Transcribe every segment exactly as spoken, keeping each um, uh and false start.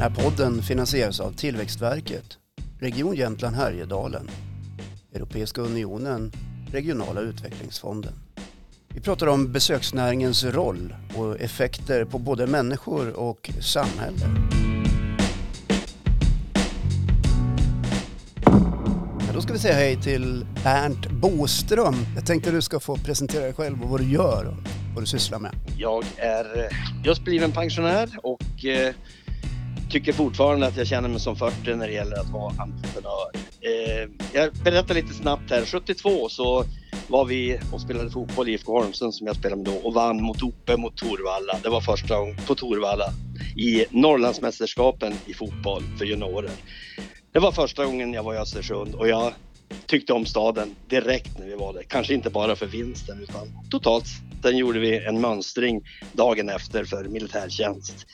Den här podden finansieras av Tillväxtverket, Region Jämtland Härjedalen, Europeiska unionen, Regionala utvecklingsfonden. Vi pratar om besöksnäringens roll och effekter på både människor och samhälle. Ja, då ska vi säga hej till Bernt Boström. Jag tänkte att du ska få presentera dig själv och vad du gör och vad du sysslar med. Jag är just bliven pensionär och eh, tycker fortfarande att jag känner mig som fyrtio när det gäller att vara entreprenör. Eh, jag berättar lite snabbt här. sjuttiotvå så var vi och spelade fotboll i I F K Holmsund som jag spelade med då och vann mot Ope mot Torvalla. Det var första gången på Torvalla i Norrlandsmästerskapen i fotboll för juniorer. Det var första gången jag var i Östersund och jag tyckte om staden direkt när vi var där. Kanske inte bara för vinsten utan totalt. Sen gjorde vi en mönstring dagen efter för militärtjänst.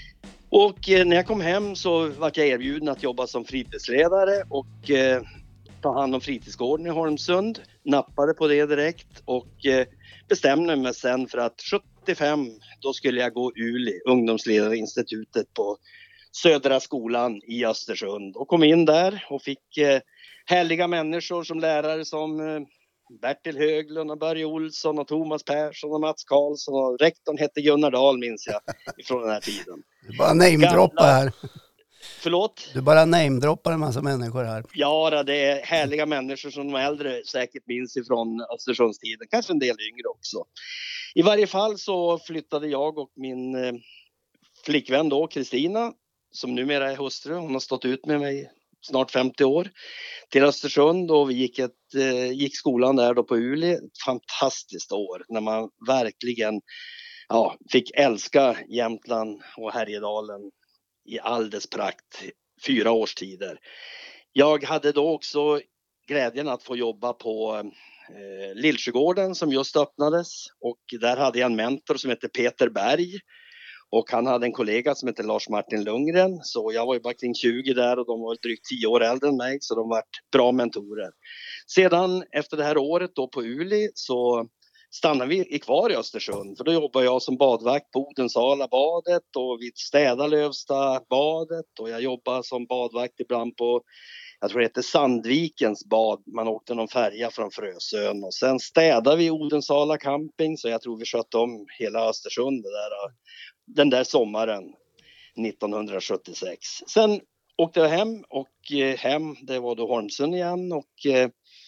Och eh, när jag kom hem så var jag erbjuden att jobba som fritidsledare och eh, ta hand om fritidsgården i Holmsund. Nappade på det direkt och eh, bestämde mig sen för att sjuttiofem då skulle jag gå U L I, ungdomsledarinstitutet på Södra skolan i Östersund. Och kom in där och fick eh, härliga människor som lärare som eh, Bertil Höglund och Börje Olsson och Thomas Persson och Mats Karlsson och rektorn hette Gunnar Dahl minns jag ifrån den här tiden. Du bara namedroppar här. Förlåt? Du bara namedroppar en massa människor här. Ja, det är härliga människor som de äldre säkert minns ifrån Östersundstiden. Kanske en del yngre också. I varje fall så flyttade jag och min eh, flickvän då, Kristina, som numera är hustru. Hon har stått ut med mig snart femtio år till Östersund och vi gick, ett, eh, gick skolan där då på U L I. Ett fantastiskt år när man verkligen ja, fick älska Jämtland och Härjedalen i all dess prakt. Fyra årstider. Jag hade då också glädjen att få jobba på eh, Lillsjögården som just öppnades och där hade jag en mentor som heter Peter Berg. Och han hade en kollega som heter Lars Martin Lundgren. Så jag var ju bara kring tjugo där och de var drygt tio år äldre än mig. Så de var bra mentorer. Sedan efter det här året då på U L I så stannade vi kvar i Östersund. För då jobbade jag som badvakt på Odensala badet och vid Städalövsta badet. Och jag jobbade som badvakt ibland på, jag tror det heter Sandvikens bad. Man åkte någon färja från Frösön. Och sen städade vi Odensala camping. Så jag tror vi skötte om hela Östersund det där, den där sommaren nittonhundrasjuttiosex. Sen åkte jag hem och eh, hem, det var då Holmsund igen. Och eh,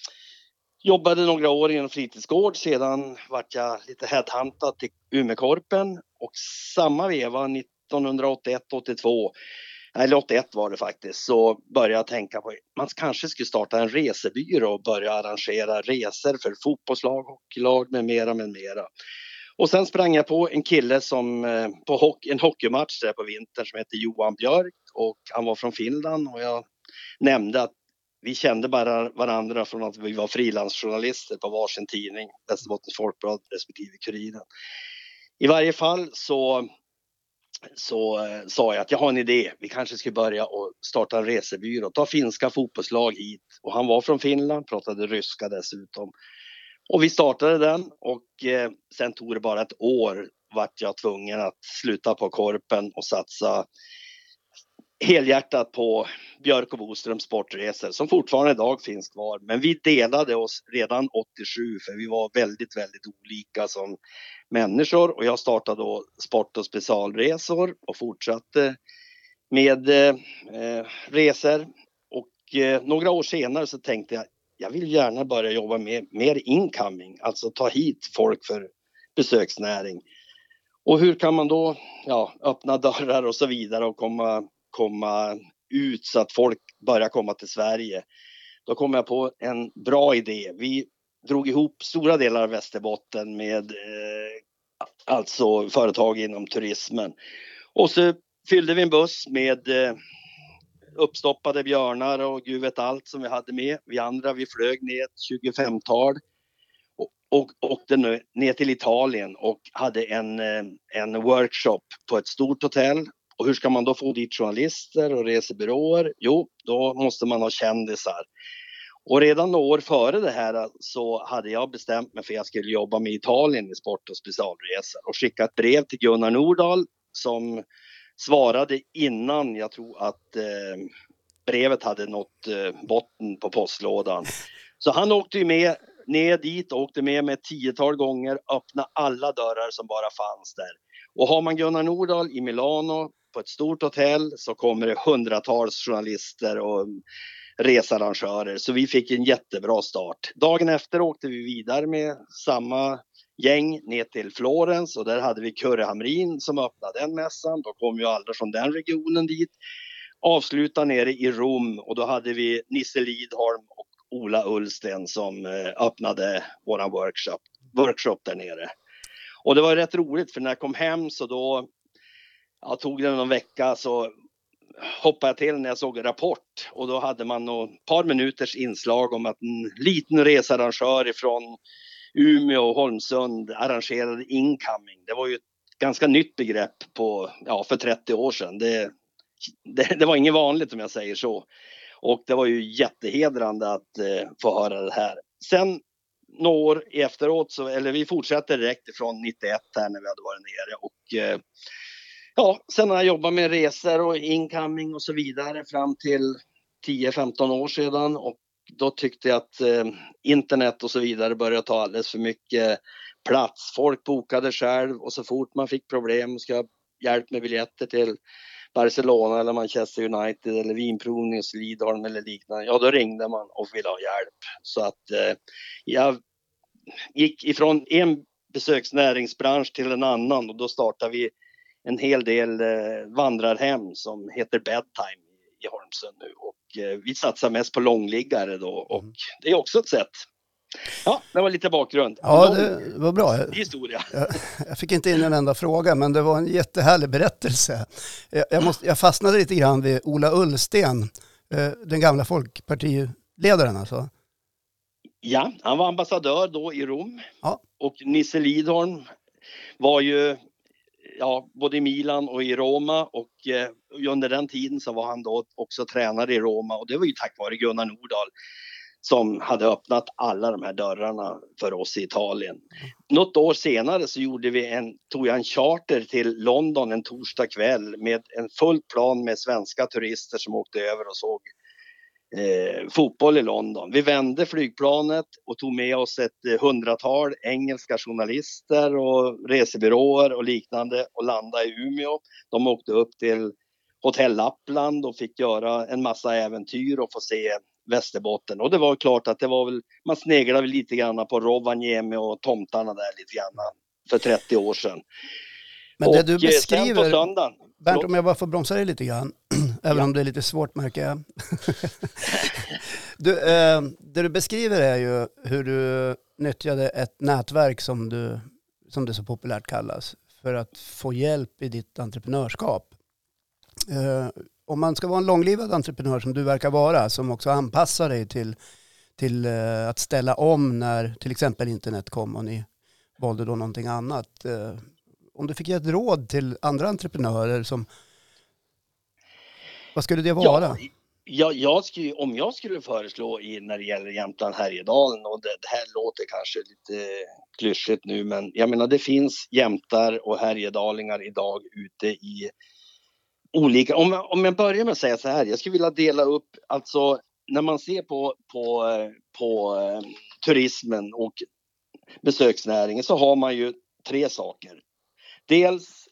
jobbade några år i en fritidsgård. Sedan vart jag lite headhuntad till Umekorpen. Och samma veva nittonhundraåttioett åttiotvå, eller åttioett var det faktiskt, så började jag tänka på att man kanske skulle starta en resebyrå och börja arrangera resor för fotbollslag, hockeylag med mera med mera. Och sen sprang jag på en kille som eh, på hockey, en hockeymatch där på vintern som heter Johan Björk och han var från Finland och jag nämnde att vi kände bara varandra från att vi var frilansjournalister på varsin tidning, Västerbottens Folkblad respektive Kuriren. I varje fall så, så eh, sa jag att jag har en idé. Vi kanske ska börja och starta en resebyrå. Ta finska fotbollslag hit. Och han var från Finland, pratade ryska dessutom. Och vi startade den och eh, sen tog det bara ett år vart jag tvungen att sluta på Korpen och satsa helhjärtat på Björk och Boström sportresor som fortfarande idag finns kvar. Men vi delade oss redan åttiosju för vi var väldigt, väldigt olika som människor. Och jag startade då sport- och specialresor och fortsatte med eh, resor. Och eh, några år senare så tänkte jag, jag vill gärna börja jobba med mer incoming, alltså ta hit folk för besöksnäring. Och hur kan man då ja, öppna dörrar och så vidare och komma komma ut så att folk börjar komma till Sverige. Då kom jag på en bra idé. Vi drog ihop stora delar av Västerbotten med eh, alltså företag inom turismen. Och så fyllde vi en buss med eh, uppstoppade björnar och gud vet allt som vi hade med. Vi andra vi flög ner ett tjugofemtal och, och åkte ner till Italien och hade en, en workshop på ett stort hotell. Och hur ska man då få dit journalister och resebyråer? Jo, då måste man ha kändisar. Och redan några år före det här så hade jag bestämt mig för att jag skulle jobba med Italien i sport- och specialresor. Och skicka ett brev till Gunnar Nordahl som svarade innan jag tror att eh, brevet hade nått eh, botten på postlådan. Så han åkte ju med ner dit och åkte med med ett tiotal gånger, öppna alla dörrar som bara fanns där. Och har man Gunnar Nordahl i Milano på ett stort hotell så kommer det hundratals journalister och researrangörer. Så vi fick en jättebra start. Dagen efter åkte vi vidare med samma gäng ner till Florens och där hade vi Kurre Hamrin som öppnade den mässan. Då kom ju alla från den regionen dit. Avsluta nere i Rom och då hade vi Nisse Lidholm och Ola Ullsten som öppnade våran workshop, workshop där nere. Och det var rätt roligt för när jag kom hem så då ja, tog det någon vecka så hoppade jag till när jag såg Rapport och då hade man ett par minuters inslag om att en liten researrangör ifrån Umeå och Holmsund arrangerade incoming. Det var ju ett ganska nytt begrepp på, ja, för trettio år sedan. Det, det, det var inget vanligt om jag säger så. Och det var ju jättehedrande att eh, få höra det här. Sen några år efteråt, så, eller vi fortsatte direkt ifrån nittioett här när vi hade varit nere. Och eh, ja, sen har jag jobbat med resor och incoming och så vidare fram till tio femton år sedan. Och då tyckte jag att eh, internet och så vidare började ta alldeles för mycket plats. Folk bokade själv och så fort man fick problem och ska ha hjälp med biljetter till Barcelona eller Manchester United eller Vinprovning, Lidholm eller liknande. Ja, då ringde man och ville ha hjälp. Så att eh, jag gick ifrån en besöksnäringsbransch till en annan och då startade vi en hel del eh, vandrarhem som heter Bedtime i Holmsund nu. Och eh, vi satsar mest på långliggare då och det är också ett sätt. Ja, det var lite bakgrund. Ja, det var bra. Historia. Jag, jag fick inte in en enda fråga, men det var en jättehärlig berättelse. Jag, jag, måste, jag fastnade lite grann vid Ola Ullsten, den gamla folkpartiledaren alltså. Ja, han var ambassadör då i Rom. Ja. Och Nisse Lidholm var ju ja, både i Milan och i Roma och eh, under den tiden så var han då också tränare i Roma och det var ju tack vare Gunnar Nordahl som hade öppnat alla de här dörrarna för oss i Italien. Något år senare så gjorde vi en, tog jag en charter till London en torsdag kväll med en full plan med svenska turister som åkte över och såg eh, fotboll i London. Vi vände flygplanet och tog med oss ett hundratal engelska journalister och resebyråer och liknande och landade i Umeå. De åkte upp till Hotell Lappland och fick göra en massa äventyr och få se Västerbotten. Och det var klart att det var väl, man sneglade lite grann på Rovaniemi och tomtarna där lite grann för trettio år sedan. Men det du beskriver, sen på söndagen, Bernt, om jag bara får bromsa dig lite grann, även ja. om det är lite svårt märker jag. du, eh, det du beskriver är ju hur du nyttjade ett nätverk som, du, som det så populärt kallas för att få hjälp i ditt entreprenörskap. Eh, om man ska vara en långlivad entreprenör som du verkar vara, som också anpassar dig till, till eh, att ställa om när till exempel internet kom och ni valde då någonting annat. Eh, om du fick ge ett råd till andra entreprenörer, som, vad skulle det vara? Ja, jag, jag skulle, om jag skulle föreslå i, när det gäller Jämtland Härjedalen, och det, det här låter kanske lite klyschigt nu, men jag menar det finns jämtar och härjedalingar idag ute i olika, om jag, om jag börjar med att säga så här, jag skulle vilja dela upp, alltså när man ser på, på, på eh, turismen och besöksnäringen så har man ju tre saker. Dels,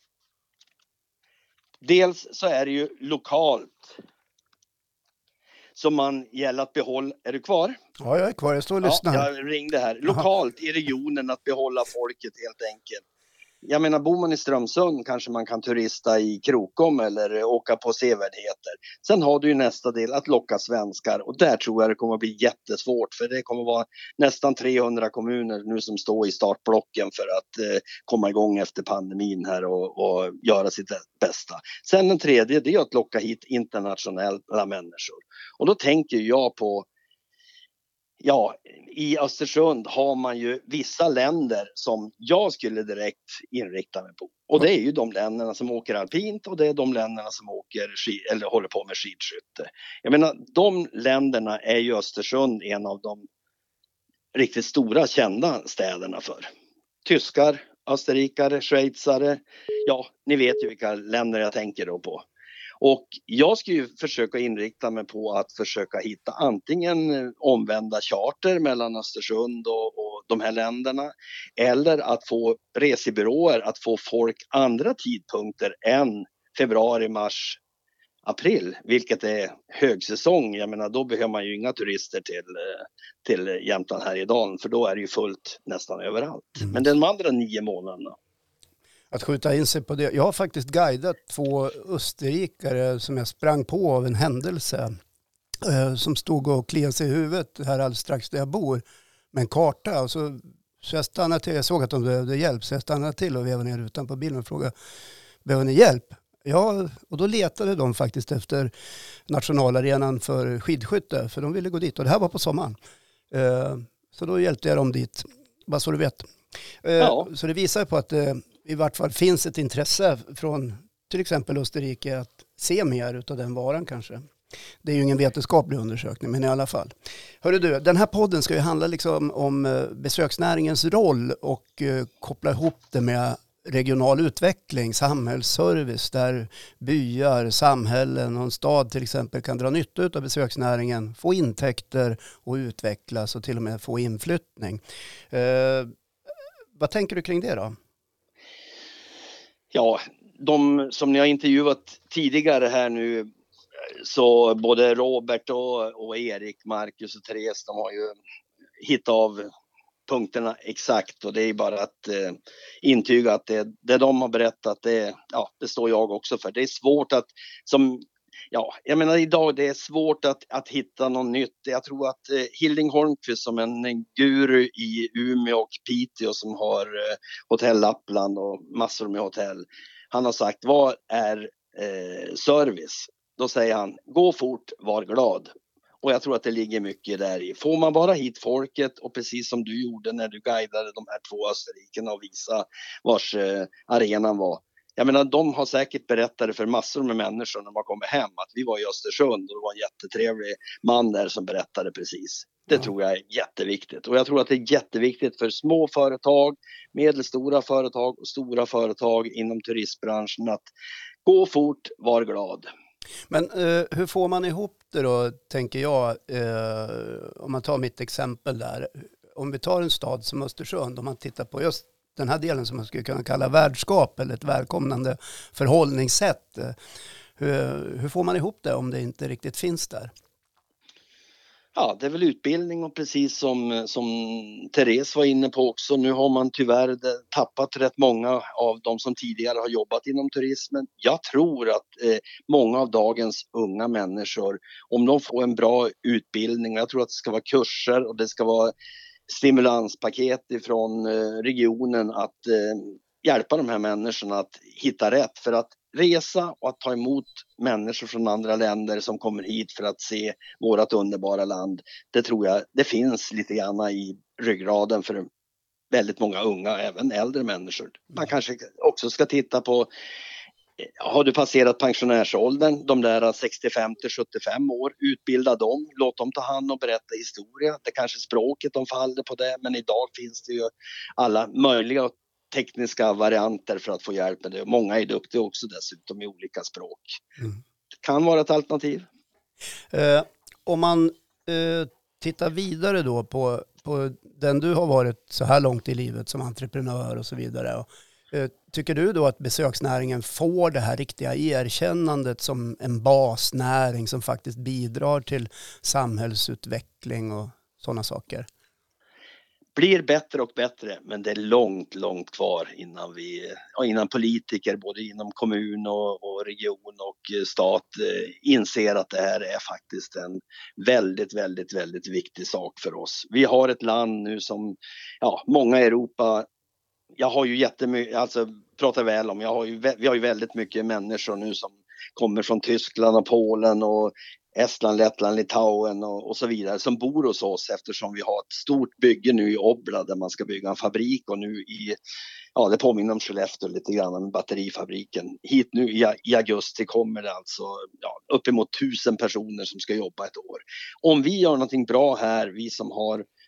dels så är det ju lokalt som man gäller att behålla, är du kvar? Ja, jag är kvar, jag står och lyssnar. Ja, jag ringde här. Lokalt i regionen att behålla folket helt enkelt. Jag menar, bor man i Strömsund kanske man kan turista i Krokom eller åka på sevärdheter. Sen har du ju nästa del att locka svenskar och där tror jag det kommer att bli jättesvårt för det kommer att vara nästan trehundra kommuner nu som står i startblocken för att eh, komma igång efter pandemin här och, och göra sitt bästa. Sen den tredje, det är att locka hit internationella människor. Och då tänker jag på, ja, i Östersund har man ju vissa länder som jag skulle direkt inrikta mig på. Och det är ju de länderna som åker alpint och det är de länderna som åker eller håller på med skidskytte. Jag menar, de länderna är ju Östersund en av de riktigt stora kända städerna för. Tyskar, österrikare, schweizare. Ja, ni vet ju vilka länder jag tänker då på. Och jag ska ju försöka inrikta mig på att försöka hitta antingen omvända charter mellan Östersund och, och de här länderna. Eller att få resebyråer att få folk andra tidpunkter än februari, mars, april. Vilket är högsäsong. Jag menar då behöver man ju inga turister till, till Jämtland Härjedalen. För då är det ju fullt nästan överallt. Mm. Men de andra nio månaderna. Att skjuta in sig på det. Jag har faktiskt guidat två österrikare som jag sprang på av en händelse. Eh, som stod och kliade sig i huvudet här alldeles strax där jag bor. Med en karta. Och så, så jag stannade till. Jag såg att de behövde hjälp. Så jag stannade till och vevade ner rutan på bilen och frågade. Behöver ni hjälp? Ja, och då letade de faktiskt efter nationalarenan för skidskytte. För de ville gå dit. Och det här var på sommaren. Eh, så då hjälpte jag dem dit. Bara så du vet. Eh, ja. Så det visar på att eh, i vart fall finns ett intresse från till exempel Österrike att se mer av den varan kanske. Det är ju ingen vetenskaplig undersökning, men i alla fall. Hörru du, den här podden ska ju handla liksom om besöksnäringens roll och uh, koppla ihop det med regional utveckling, samhällsservice där byar, samhällen och en stad till exempel kan dra nytta av besöksnäringen, få intäkter och utvecklas och till och med få inflyttning. Uh, vad tänker du kring det då? Ja, de som ni har intervjuat tidigare här nu, så både Robert och, och Erik, Marcus och Therese, de har ju hittat av punkterna exakt och det är bara att eh, intyga att det, det de har berättat, det, ja, det står jag också för. Det är svårt att, som, ja, jag menar idag det är svårt att, att hitta något nytt. Jag tror att eh, Hilding Holmqvist som en, en guru i Umeå och Piteå som har eh, hotell Lappland och massor med hotell. Han har sagt, vad är eh, service? Då säger han, gå fort, var glad. Och jag tror att det ligger mycket där i. Får man bara hit folket och precis som du gjorde när du guidade de här två österrikerna och visa vars eh, arenan var. Jag menar, de har säkert berättat för massor med människor när man kommer hem att vi var i Östersund och det var en jättetrevlig man där som berättade precis. Det ja. tror jag är jätteviktigt. Och jag tror att det är jätteviktigt för små företag, medelstora företag och stora företag inom turistbranschen att gå fort, var glad. Men eh, hur får man ihop det då, tänker jag, eh, om man tar mitt exempel där. Om vi tar en stad som Östersund, om man tittar på just den här delen som man skulle kunna kalla värdskap eller ett välkomnande förhållningssätt. Eh, hur, hur får man ihop det om det inte riktigt finns där? Ja, det är väl utbildning och precis som, som Therese var inne på också. Nu har man tyvärr tappat rätt många av de som tidigare har jobbat inom turismen. Jag tror att eh, många av dagens unga människor, om de får en bra utbildning, jag tror att det ska vara kurser och det ska vara stimulanspaket ifrån eh, regionen att eh, hjälpa de här människorna att hitta rätt. För att resa och att ta emot människor från andra länder som kommer hit för att se vårat underbara land. Det tror jag, det finns lite grann i ryggraden för väldigt många unga, även äldre människor. Man kanske också ska titta på, har du passerat pensionärsåldern, de där sextiofem till sjuttiofem år, utbilda dem, låt dem ta hand och berätta historia. Det kanske språket de faller på det, men idag finns det ju alla möjliga tekniska varianter för att få hjälp med det. Många är duktiga också dessutom i olika språk. Mm. Det kan vara ett alternativ. Eh, om man eh, tittar vidare då på, på den du har varit så här långt i livet som entreprenör och så vidare. Och, eh, tycker du då att besöksnäringen får det här riktiga erkännandet som en basnäring som faktiskt bidrar till samhällsutveckling och sådana saker? Blir bättre och bättre, men det är långt, långt kvar innan vi, innan politiker både inom kommun och, och region och stat eh, inser att det här är faktiskt en väldigt, väldigt, väldigt viktig sak för oss. Vi har ett land nu som, ja, många i Europa, jag har ju jättemycket, alltså pratar väl om, jag har ju, vi har ju väldigt mycket människor nu som kommer från Tyskland och Polen och Estland, Lettland, Litauen och, och så vidare som bor hos oss eftersom vi har ett stort bygge nu i Obla där man ska bygga en fabrik och nu i, ja det påminner om Skellefteå lite grann med batterifabriken. Hit nu i, i augusti kommer det alltså ja, uppemot tusen personer som ska jobba ett år. Om vi gör någonting bra här, vi som har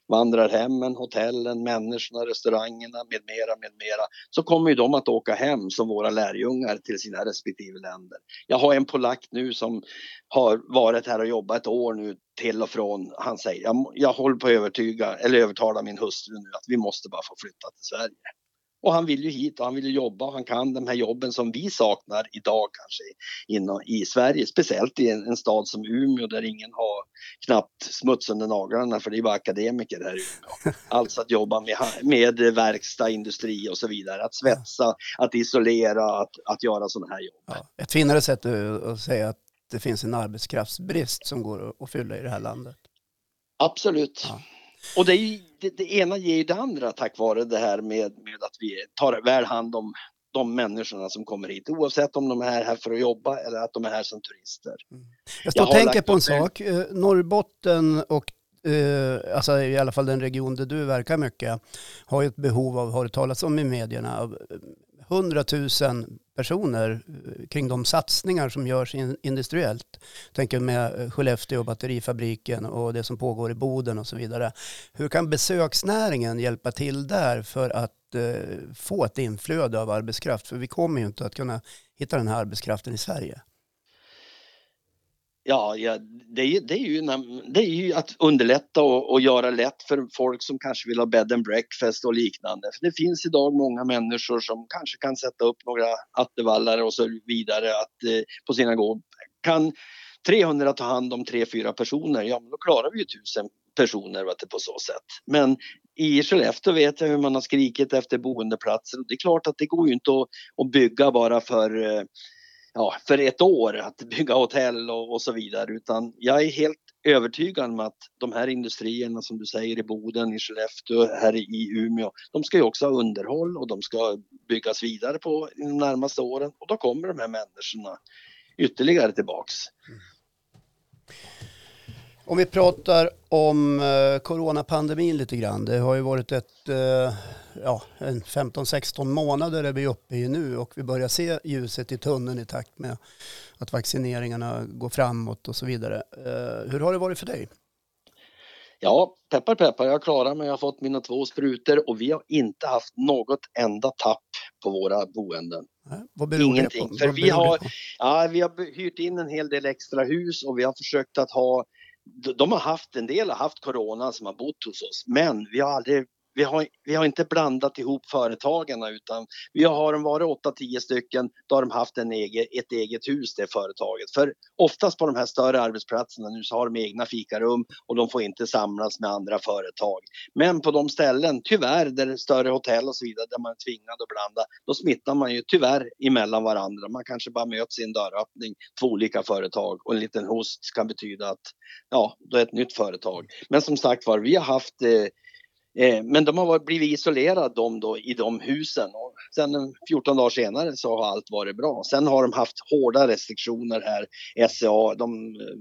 vandrarhemmen, hotellen, människorna, restaurangerna med mera, med mera, så kommer ju de att åka hem som våra lärjungar till sina respektive länder. Jag har en polack nu som har varit här och jobbat ett år nu till och från. Han säger, jag, jag håller på att övertyga, eller övertala min hustru nu att vi måste bara få flytta till Sverige. Och han vill ju hit och han vill ju jobba och han kan de här jobben som vi saknar idag kanske inom, i Sverige. Speciellt i en, en stad som Umeå där ingen har knappt smuts under naglarna för det är bara akademiker här i Umeå. Alltså att jobba med, med verkstad, industri och så vidare. Att svetsa, att isolera, att, att göra sådana här jobb. Ja, ett finare sätt att säga att det finns en arbetskraftsbrist som går att fylla i det här landet. Absolut. Ja. Och det, är ju, det, det ena ger ju det andra tack vare det här med, med att vi tar väl hand om de människorna som kommer hit. Oavsett om de är här för att jobba eller att de är här som turister. Mm. Jag står och tänker på en sak. Norrbotten och eh, alltså i alla fall den region där du verkar mycket har ju ett behov av, har det talats om i medierna, av hundratusen personer kring de satsningar som görs industriellt. Tänker med Skellefteå och batterifabriken och det som pågår i Boden och så vidare. Hur kan besöksnäringen hjälpa till där för att eh, få ett inflöde av arbetskraft? För vi kommer ju inte att kunna hitta den här arbetskraften i Sverige. Ja, ja det, är, det, är ju, det är ju att underlätta och, och göra lätt för folk som kanske vill ha bed and breakfast och liknande. För det finns idag många människor som kanske kan sätta upp några attevallar och så vidare att, eh, på sina gård. Kan trehundra ta hand om tre, fyra personer, ja men då klarar vi ju tusen personer vet du, på så sätt. Men i Skellefteå vet jag hur man har skrikit efter boendeplatser. Och det är klart att det går ju inte att, att bygga bara för... Eh, Ja, för ett år att bygga hotell och, och så vidare, utan jag är helt övertygad om att de här industrierna som du säger i Boden, i Skellefteå, här i Umeå, de ska ju också ha underhåll och de ska byggas vidare på de närmaste åren och då kommer de här människorna ytterligare tillbaks. Mm. Om vi pratar om eh, coronapandemin lite grann. Det har ju varit ett, eh, ja, en femton sexton månader är vi uppe i nu och vi börjar se ljuset i tunneln i takt med att vaccineringarna går framåt och så vidare. Eh, hur har det varit för dig? Ja, peppar peppar, jag klarar mig. Jag har fått mina två sprutor och vi har inte haft något enda tapp på våra boenden. Nej, vad beror Ingenting. Det på? För vi har, ja, vi har hyrt in en hel del extra hus och vi har försökt att ha de har haft en del har haft corona som har bott hos oss, men vi har aldrig vi har, vi har inte blandat ihop företagarna utan vi har de varit åtta tio stycken, då har de haft en egen, ett eget hus det företaget. För oftast på de här större arbetsplatserna nu så har de egna fikarum och de får inte samlas med andra företag. Men på de ställen, tyvärr, där det är större hotell och så vidare där man är tvingad att blanda, då smittar man ju tyvärr emellan varandra. Man kanske bara möts i en dörröppning, två olika företag och en liten host kan betyda att ja, då är ett nytt företag. Men som sagt var, vi har haft eh, Eh, men de har blivit isolerade de då, i de husen och sen fjorton dagar senare så har allt varit bra. Sen har de haft hårda restriktioner här, S C A, de,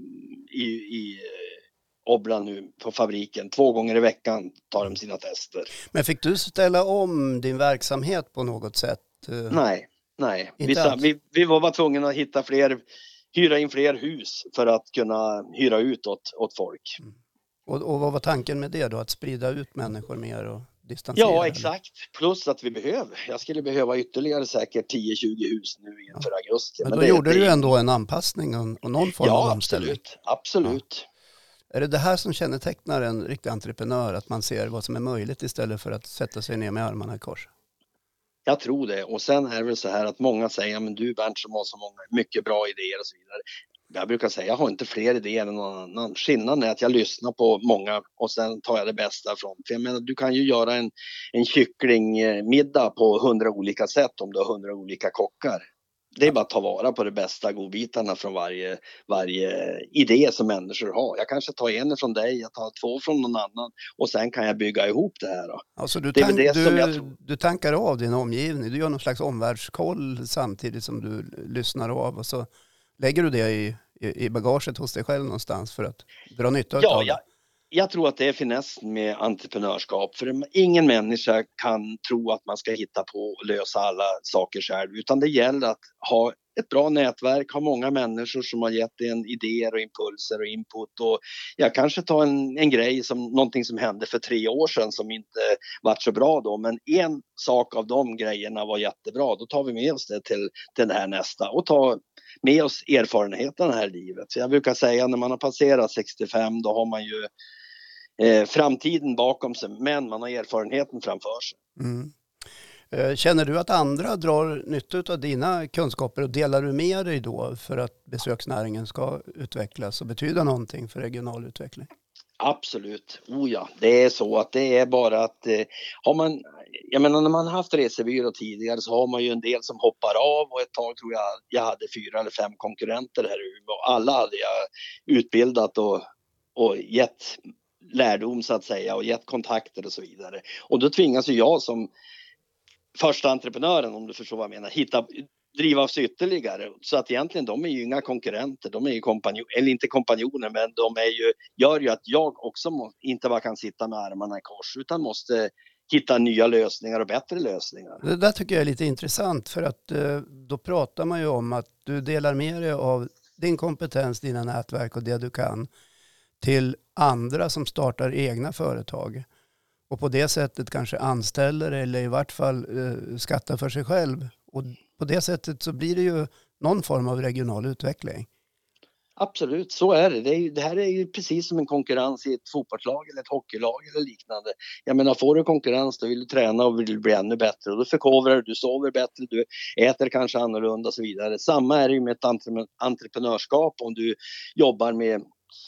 i, i Obla nu på fabriken. Två gånger i veckan tar de sina tester. Men fick du ställa om din verksamhet på något sätt? Nej, nej. Vi, vi, vi var bara tvungna att hitta fler, hyra in fler hus för att kunna hyra ut åt, åt folk. Mm. Och, och vad var tanken med det då? Att sprida ut människor mer och distansera? Ja, exakt. Eller? Plus att vi behöver. Jag skulle behöva ytterligare säkert tio tjugo hus nu inför ja. augusti. Men, Men då det, gjorde det... du ändå en anpassning och, och någon form ja, av omställning. Absolut. absolut. Ja. Är det det här som kännetecknar en riktig entreprenör? Att man ser vad som är möjligt istället för att sätta sig ner med armarna i kors? Jag tror det. Och sen är det väl så här att många säger men du Bernt som har så många mycket bra idéer och så vidare. Jag brukar säga jag har inte fler idéer än någon annan. Skillnaden är att jag lyssnar på många och sen tar jag det bästa från. För jag menar, du kan ju göra en, en kycklingmiddag på hundra olika sätt om du har hundra olika kockar. Det är bara att ta vara på de bästa godbitarna från varje, varje idé som människor har. Jag kanske tar en från dig, jag tar två från någon annan och sen kan jag bygga ihop det här. Då. Alltså du, tank, det det du, du tankar av din omgivning, du gör någon slags omvärldskoll samtidigt som du lyssnar av och så lägger du det i, i bagaget hos dig själv någonstans för att dra nytta ja, av det? Jag, jag tror att det är finess med entreprenörskap. För ingen människa kan tro att man ska hitta på och lösa alla saker själv. Utan det gäller att ha ett bra nätverk, har många människor som har gett en idéer och impulser och input. Och jag kanske tar en, en grej som någonting som hände för tre år sedan som inte var så bra då. Men en sak av de grejerna var jättebra. Då tar vi med oss det till, till det här nästa och tar med oss erfarenheten här i livet. Så jag brukar säga när man har passerat sextiofem då har man ju eh, framtiden bakom sig, men man har erfarenheten framför sig. Mm. Känner du att andra drar nytta av dina kunskaper och delar du med dig då för att besöksnäringen ska utvecklas och betyda någonting för regional utveckling? Absolut, oh ja, det är så att det är bara att eh, har man, jag menar när man har haft resebyrå tidigare så har man ju en del som hoppar av och ett tag tror jag jag hade fyra eller fem konkurrenter här i Umeå. Alla hade jag utbildat och, och gett lärdom så att säga och gett kontakter och så vidare. Och då tvingas ju jag som första entreprenören, om du förstår vad jag menar, hitta, driva oss ytterligare. Så att egentligen de är ju inga konkurrenter, de är ju kompanjoner, eller inte kompanjoner, men de är ju, gör ju att jag också må, inte bara kan sitta med armarna i kors utan måste hitta nya lösningar och bättre lösningar. Det där tycker jag är lite intressant för att eh, då pratar man ju om att du delar med dig av din kompetens, dina nätverk och det du kan till andra som startar egna företag. Och på det sättet kanske anställer eller i vart fall eh, skattar för sig själv. Och på det sättet så blir det ju någon form av regional utveckling. Absolut, så är det. Det, är, det här är ju precis som en konkurrens i ett fotbollslag eller ett hockeylag eller liknande. Jag menar, får du konkurrens då vill du träna och vill bli ännu bättre. Och då förkovrar du, du sover bättre, du äter kanske annorlunda och så vidare. Samma är det ju med ett entre- entreprenörskap om du jobbar med,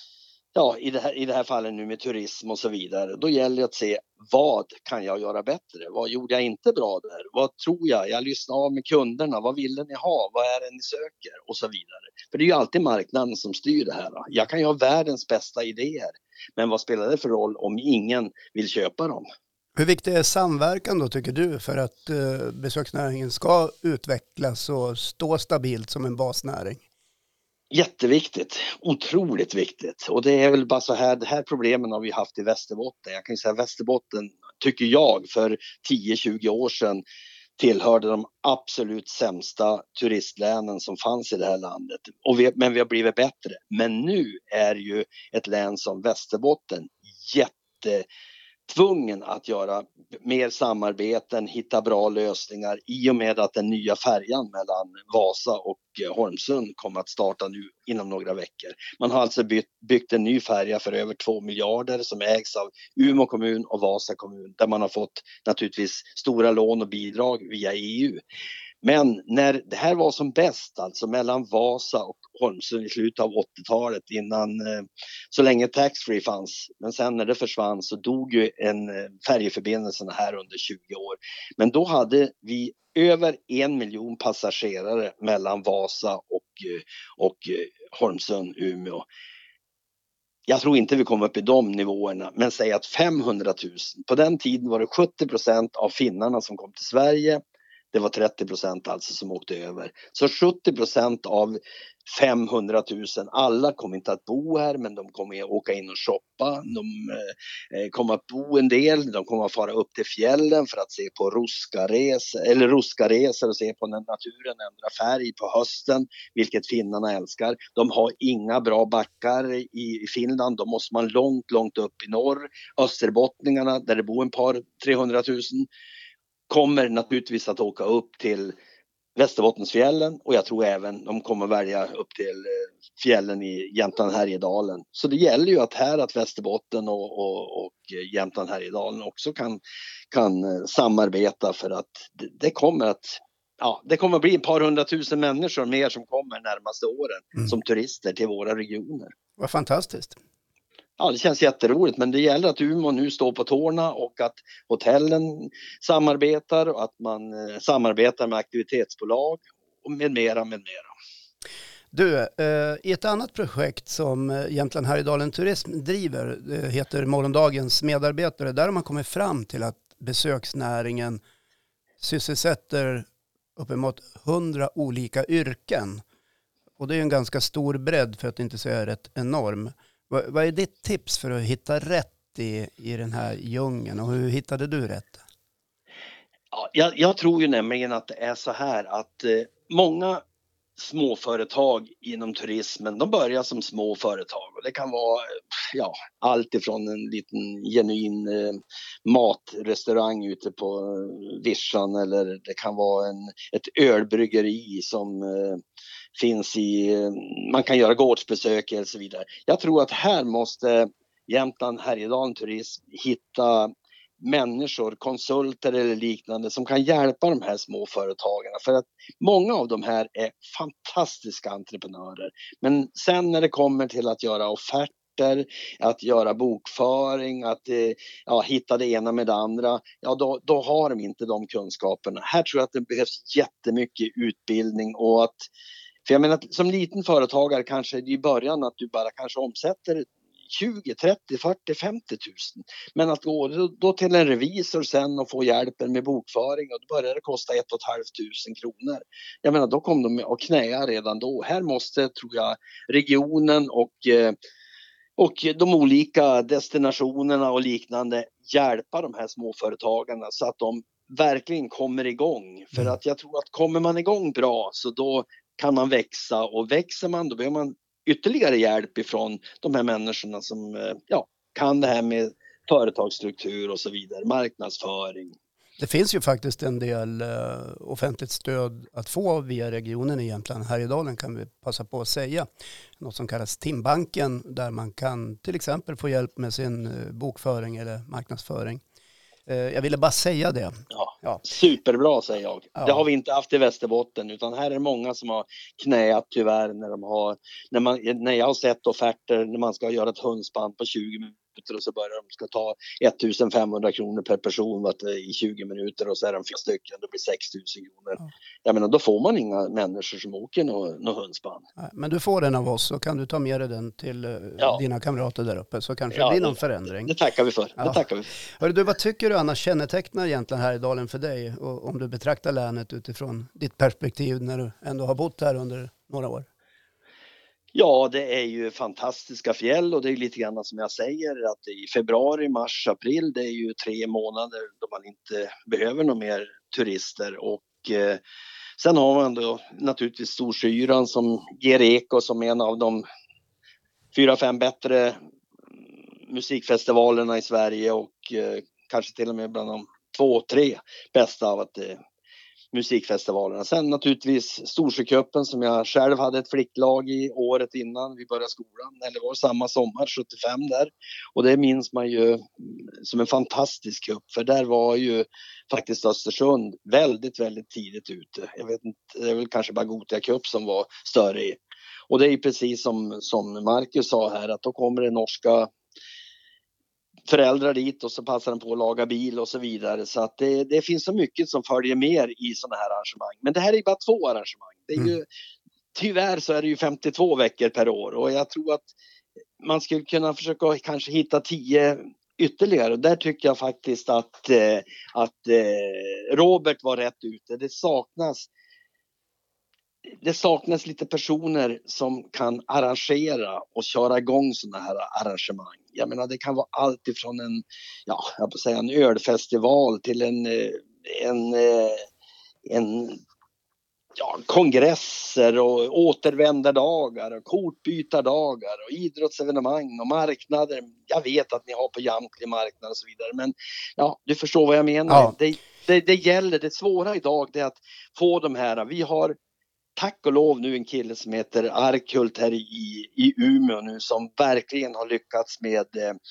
ja, i det, här, i det här fallet nu med turism och så vidare. Då gäller det att se vad kan jag göra bättre? Vad gjorde jag inte bra där? Vad tror jag? Jag lyssnar av med kunderna. Vad ville ni ha? Vad är det ni söker? Och så vidare. För det är ju alltid marknaden som styr det här. Jag kan ju ha världens bästa idéer. Men vad spelar det för roll om ingen vill köpa dem? Hur viktig är samverkan då tycker du för att eh, besöksnäringen ska utvecklas och stå stabilt som en basnäring? Jätteviktigt, otroligt viktigt. Och det är väl bara så här, det här problemen har vi haft i Västerbotten. Jag kan ju säga Västerbotten tycker jag för tio tjugo år sedan tillhörde de absolut sämsta turistlänen som fanns i det här landet. Och vi, men vi har blivit bättre. Men nu är ju ett län som Västerbotten jätte tvungen att göra mer samarbeten, hitta bra lösningar i och med att den nya färjan mellan Vasa och Holmsund kommer att starta nu inom några veckor. Man har alltså byggt, byggt en ny färja för över två miljarder som ägs av Umeå kommun och Vasa kommun där man har fått naturligtvis stora lån och bidrag via E U. Men när det här var som bäst, alltså mellan Vasa och Holmsund i slutet av åttiotalet innan, så länge taxfree fanns. Men sen när det försvann så dog ju en färjeförbindelserna här under tjugo år. Men då hade vi över en miljon passagerare mellan Vasa och, och Holmsund, Umeå. Jag tror inte vi kommer upp i de nivåerna, men säg att femhundratusen. På den tiden var det sjuttio procent av finnarna som kom till Sverige. Det var trettio procent alltså som åkte över. Så sjuttio procent av femhundratusen, alla kommer inte att bo här men de kommer att åka in och shoppa. De eh, kommer att bo en del, de kommer att fara upp till fjällen för att se på ruskaresor eller ruskaresor och se på när naturen ändrar färg på hösten, vilket finnarna älskar. De har inga bra backar i, i Finland, då måste man långt, långt upp i norr. Österbottningarna där det bor en par trehundratusen kommer naturligtvis att åka upp till Västerbottensfjällen och jag tror även de kommer välja upp till fjällen i Jämtland Härjedalen. Så det gäller ju att här att Västerbotten och, och, och Jämtland Härjedalen också kan, kan samarbeta för att det, det kommer att ja, det kommer att bli ett par hundratusen människor mer som kommer närmaste åren mm. som turister till våra regioner. Vad fantastiskt. Ja, det känns jätteroligt, men det gäller att Umeå nu står på tårna och att hotellen samarbetar och att man eh, samarbetar med aktivitetsbolag och med mera, med mera. Du, eh, i ett annat projekt som Jämtland Härjedalen Turism driver, det heter Morgondagens medarbetare, där har man kommit fram till att besöksnäringen sysselsätter uppemot hundra olika yrken. Och det är en ganska stor bredd för att inte säga rätt enorm. Vad, vad är ditt tips för att hitta rätt i, i den här djungeln och hur hittade du rätt? Ja, jag, jag tror ju nämligen att det är så här att eh, många småföretag inom turismen, de börjar som små företag och det kan vara ja, allt ifrån en liten genuin eh, matrestaurang ute på eh, Vischan, eller det kan vara en, ett ölbryggeri som eh, finns i, eh, man kan göra gårdsbesök och så vidare. Jag tror att här måste Jämtland Härjedalen Turism hitta människor, konsulter eller liknande som kan hjälpa de här små företagarna, för att många av de här är fantastiska entreprenörer. Men sen när det kommer till att göra offerter, att göra bokföring, att eh, ja, hitta det ena med det andra, ja då, då har de inte de kunskaperna. Här tror jag att det behövs jättemycket utbildning, och att, för jag menar som liten företagare kanske i början att du bara kanske omsätter tjugo, trettio, fyrtio, femtio tusen. Men att gå då till en revisor sen och få hjälpen med bokföring, och då börjar det kosta ett och ett halvt tusen kronor. Jag menar, då kommer de att knäa redan då. Här måste, tror jag, regionen och, och de olika destinationerna och liknande hjälpa de här småföretagarna så att de verkligen kommer igång. För att jag tror att kommer man igång bra, så då kan man växa, och växer man, då behöver man ytterligare hjälp ifrån de här människorna som ja, kan det här med företagsstruktur och så vidare, marknadsföring. Det finns ju faktiskt en del uh, offentligt stöd att få via regionen i Jämtland Härjedalen, kan vi passa på att säga. Något som kallas Timbanken, där man kan till exempel få hjälp med sin uh, bokföring eller marknadsföring. Uh, jag ville bara säga det. Ja, ja. Superbra säger jag. Ja. Det har vi inte haft i Västerbotten, utan här är det många som har knäat tyvärr när de har, när, man, när jag har sett offerter när man ska göra ett hundspann på tjugo minuter, och så börjar de ska ta ettusenfemhundra kronor per person vat, i tjugo minuter, och så är de fyra stycken, det blir sex tusen kronor. Ja. Jag menar, då får man inga människor som åker någon nå hundspann. Nej, men du får den av oss, så kan du ta med dig den till ja. dina kamrater där uppe, så kanske ja, det blir någon det, förändring. Det, det tackar vi för. Ja. Det tackar vi. Hörru, du, vad tycker du annars kännetecknar egentligen Härjedalen för dig, och om du betraktar länet utifrån ditt perspektiv när du ändå har bott här under några år? Ja, det är ju fantastiska fjäll, och det är lite grann som jag säger att i februari, mars, april, det är ju tre månader då man inte behöver några mer turister, och eh, sen har man då naturligtvis Storsyran som ger eko som en av de fyra, fem bättre musikfestivalerna i Sverige, och eh, kanske till och med bland de två, tre bästa av att eh, musikfestivalerna. Sen naturligtvis Storsjöcupen som jag själv hade ett flicklag i året innan vi började skolan, eller var samma sommar sjuttiofem där, och det minns man ju som en fantastisk cup, för där var ju faktiskt Östersund väldigt väldigt tidigt ute. Jag vet inte, det är väl kanske bara Gothia Cup som var större i. Och det är ju precis som, som Marcus sa här, att då kommer det norska föräldrar dit, och så passar de på att laga bil och så vidare. Så att det, det finns så mycket som följer med i sådana här arrangemang. Men det här är bara två arrangemang. Det är ju, mm. Tyvärr så är det ju femtiotvå veckor per år, och jag tror att man skulle kunna försöka kanske hitta tio ytterligare. Och där tycker jag faktiskt att, eh, att eh, Robert var rätt ute. Det saknas Det saknas lite personer som kan arrangera och köra igång sådana här arrangemang. Jag menar, det kan vara allt ifrån en, ja, jag får säga en ölfestival till en, en, en ja, kongresser och återvändardagar och kortbytardagar och idrottsevenemang och marknader. Jag vet att ni har på Jamtli marknad och så vidare, men ja, du förstår vad jag menar. Ja. Det, det, det gäller, det svåra idag, det är att få de här, vi har tack och lov nu en kille som heter Arkult här i, i Umeå nu, som verkligen har lyckats med,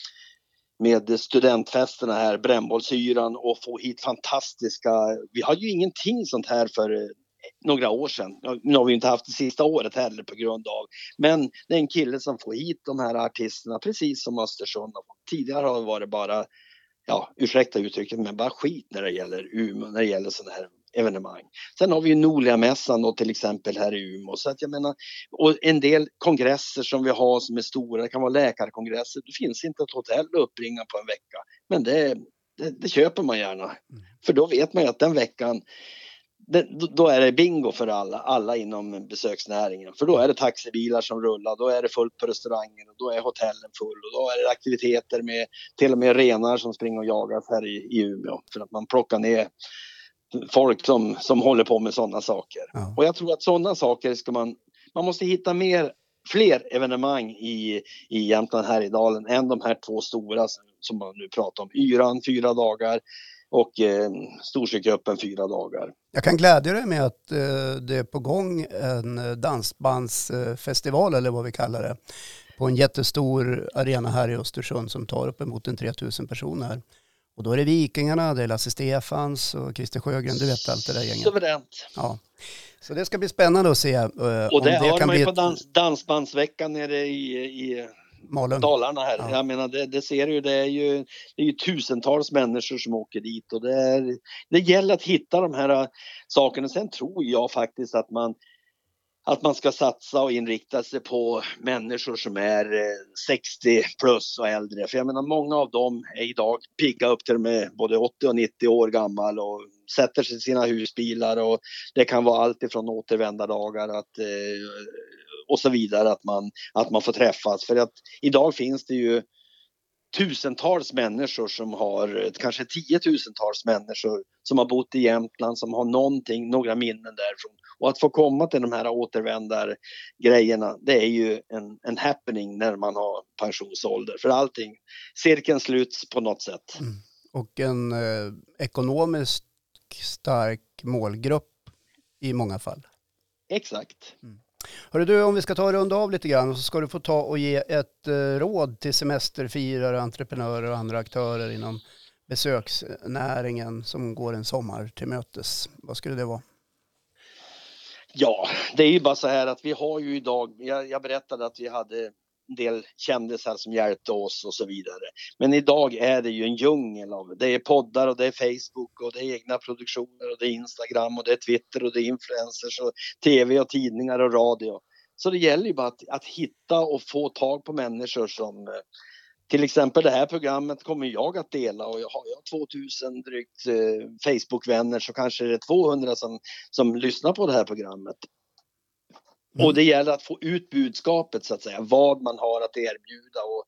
med studentfesterna här, brännbollsyran, och få hit fantastiska, vi har ju ingenting sånt här för några år sedan. Nu har vi inte haft det sista året heller på grund av, men det är en kille som får hit de här artisterna precis som Östersund. Tidigare har det varit bara, ja, ursäkta uttrycket, men bara skit när det gäller Umeå, när det gäller sådana här evenemang. Sen har vi ju Norlia-mässan då till exempel här i Umeå, så att jag menar, och en del kongresser som vi har som är stora, det kan vara läkarkongresser, det finns inte ett hotell att uppringa på en vecka, men det, det, det köper man gärna, mm. för då vet man ju att den veckan det, då är det bingo för alla, alla inom besöksnäringen, för då är det taxibilar som rullar, då är det fullt på restaurangen, och då är hotellen full, och då är det aktiviteter med till och med renar som springer och jagar här i, i Umeå, för att man plockar ner folk som, som håller på med sådana saker. Ja. Och jag tror att sådana saker ska man, man måste hitta mer, fler evenemang i, i Jämtland Härjedalen än de här två stora som, som man nu pratar om. Yran fyra dagar och eh, Storsjöcupen fyra dagar. Jag kan glädja dig med att eh, det är på gång en dansbandsfestival eller vad vi kallar det. På en jättestor arena här i Östersund som tar uppemot en tre tusen personer. Och då är det Vikingarna, det är Lasse Stefans och Christer Sjögren, du vet allt det där gänget. Suveränt. Ja. Så det ska bli spännande att se. Eh, och det, om det hör kan man bli ju på ett... dans, dansbandsveckan nere i, i Malung. Dalarna här. Ja. Jag menar, det, det ser ju, det är ju, det är ju tusentals människor som åker dit och det, är, det gäller att hitta de här sakerna. Sen tror jag faktiskt att man att man ska satsa och inrikta sig på människor som är sextio plus och äldre. För jag menar, många av dem är idag pigga upp till med både åttio och nittio år gammal och sätter sig i sina husbilar och det kan vara allt ifrån återvändardagar att, eh, och så vidare att man, att man får träffas. För att idag finns det ju tusentals människor som har, kanske tiotusentals människor som har bott i Jämtland som har någonting, några minnen därifrån. Och att få komma till de här återvändargrejerna, det är ju en, en happening när man har pensionsålder. För allting, cirkeln sluts på något sätt. Mm. Och en eh, ekonomiskt stark målgrupp i många fall. Exakt. Mm. Hörru du, om vi ska ta och runda av lite grann så ska du få ta och ge ett eh, råd till semesterfirare, entreprenörer och andra aktörer inom besöksnäringen som går en sommar till mötes. Vad skulle det vara? Ja, det är ju bara så här att vi har ju idag, jag, jag berättade att vi hade en del kändisar som hjälpte oss och så vidare. Men idag är det ju en djungel av, det är poddar och det är Facebook och det är egna produktioner och det är Instagram och det är Twitter och det är influencers och tv och tidningar och radio. Så det gäller ju bara att, att hitta och få tag på människor som, till exempel det här programmet kommer jag att dela och jag har jag tvåtusen drygt eh, Facebook-vänner så kanske det är tvåhundra som, som lyssnar på det här programmet. Mm. Och det gäller att få ut budskapet så att säga, vad man har att erbjuda och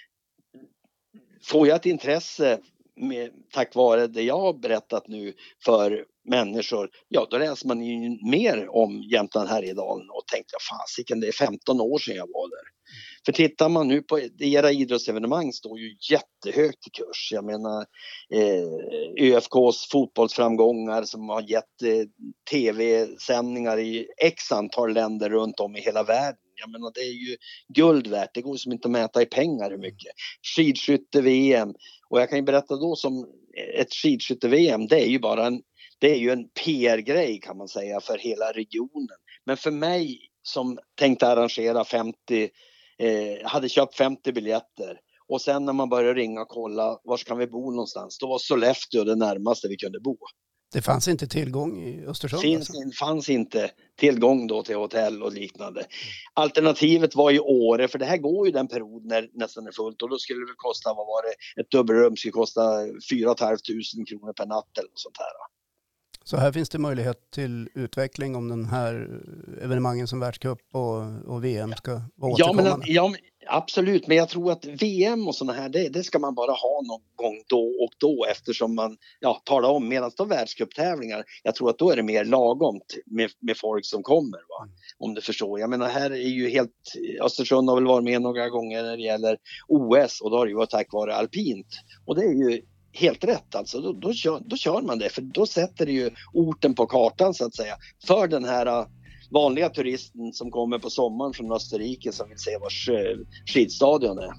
får jag ett intresse med, tack vare det jag har berättat nu för människor, ja då läser man ju mer om Jämtland Härjedalen och tänkte jag fasiken det är femton år sedan jag var där. För tittar man nu på era idrottsevenemang står ju jättehögt i kurs. Jag menar eh, ÖFKs fotbollsframgångar som har gett eh, tv-sändningar i x antal länder runt om i hela världen. Jag menar det är ju guld värt, det går som inte att mäta i pengar hur mycket. Skidskytte-V M och jag kan ju berätta då som ett skidskytte-V M det är ju bara en, det är ju en P R-grej kan man säga för hela regionen. Men för mig som tänkte arrangera femtio Eh, hade köpt femtio biljetter och sen när man började ringa och kolla var ska vi bo någonstans, då var Sollefteå det närmaste vi kunde bo. Det fanns inte tillgång i Östersund? Finns, alltså. fanns inte tillgång då till hotell och liknande. Alternativet var ju Åre, för det här går ju den period när nästan är fullt och då skulle det kosta, vad var det, ett dubbelrum skulle kosta fyra tusen femhundra kronor per natt eller sånt här. Så här finns det möjlighet till utveckling om den här evenemangen som världscup och, och V M ska vara ja, men, återkommande? ja, absolut. Men jag tror att V M och sådana här, det, det ska man bara ha någon gång då och då eftersom man ja, talar om medan då världscuptävlingar. Jag tror att då är det mer lagom med, med folk som kommer. Va? Mm. Om du förstår. Jag menar här är ju helt, Östersund har väl varit med några gånger när det gäller O S och då har det ju varit tack vare alpint. Och det är ju helt rätt alltså, då, då, kör, då kör man det för då sätter det ju orten på kartan så att säga för den här vanliga turisten som kommer på sommaren från Österrike som vill se vars skidstadion är.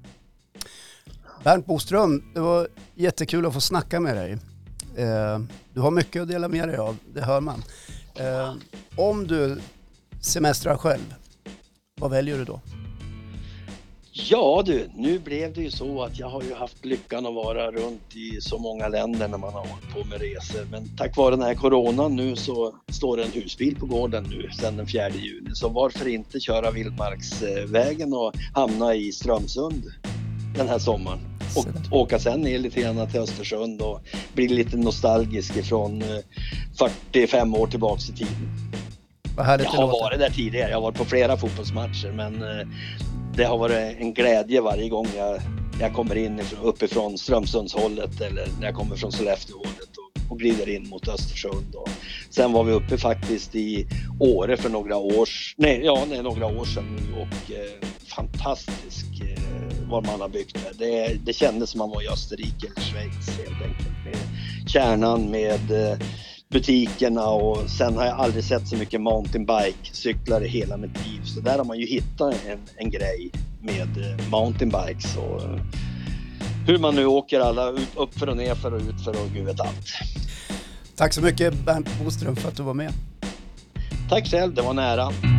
Bernt Boström, det var jättekul att få snacka med dig. Eh, du har mycket att dela med dig av, det hör man. Eh, om du semestrar själv, vad väljer du då? Ja du, nu blev det ju så att jag har ju haft lyckan att vara runt i så många länder när man har hållit på med resor. Men tack vare den här coronan nu så står det en husbil på gården nu sedan den fjärde juni. Så varför inte köra Vildmarksvägen och hamna i Strömsund den här sommaren. Och åka sen ner lite grann till Östersund och bli lite nostalgisk ifrån fyrtiofem år tillbaks i tiden. Vad härligt jag har varit där tidigare, jag har varit på flera fotbollsmatcher men det har varit en glädje varje gång jag, jag kommer in uppifrån Strömsundshållet eller när jag kommer från Sollefteåhållet och och glider in mot Östersund. Och sen var vi uppe faktiskt i Åre för några års, nej, ja, nej, några år sedan nu och eh, fantastisk eh, vad man har byggt där. Det, det kändes som man var i Österrike eller Schweiz helt enkelt, med kärnan, med eh, butikerna, och sen har jag aldrig sett så mycket mountainbike-cyklar i hela mitt liv. Så där har man ju hittat en, en grej med eh, mountainbikes och eh, hur man nu åker alla ut, upp för och ner för och ut för och gud vet allt. Tack så mycket Bernt Boström för att du var med. Tack själv, det var nära.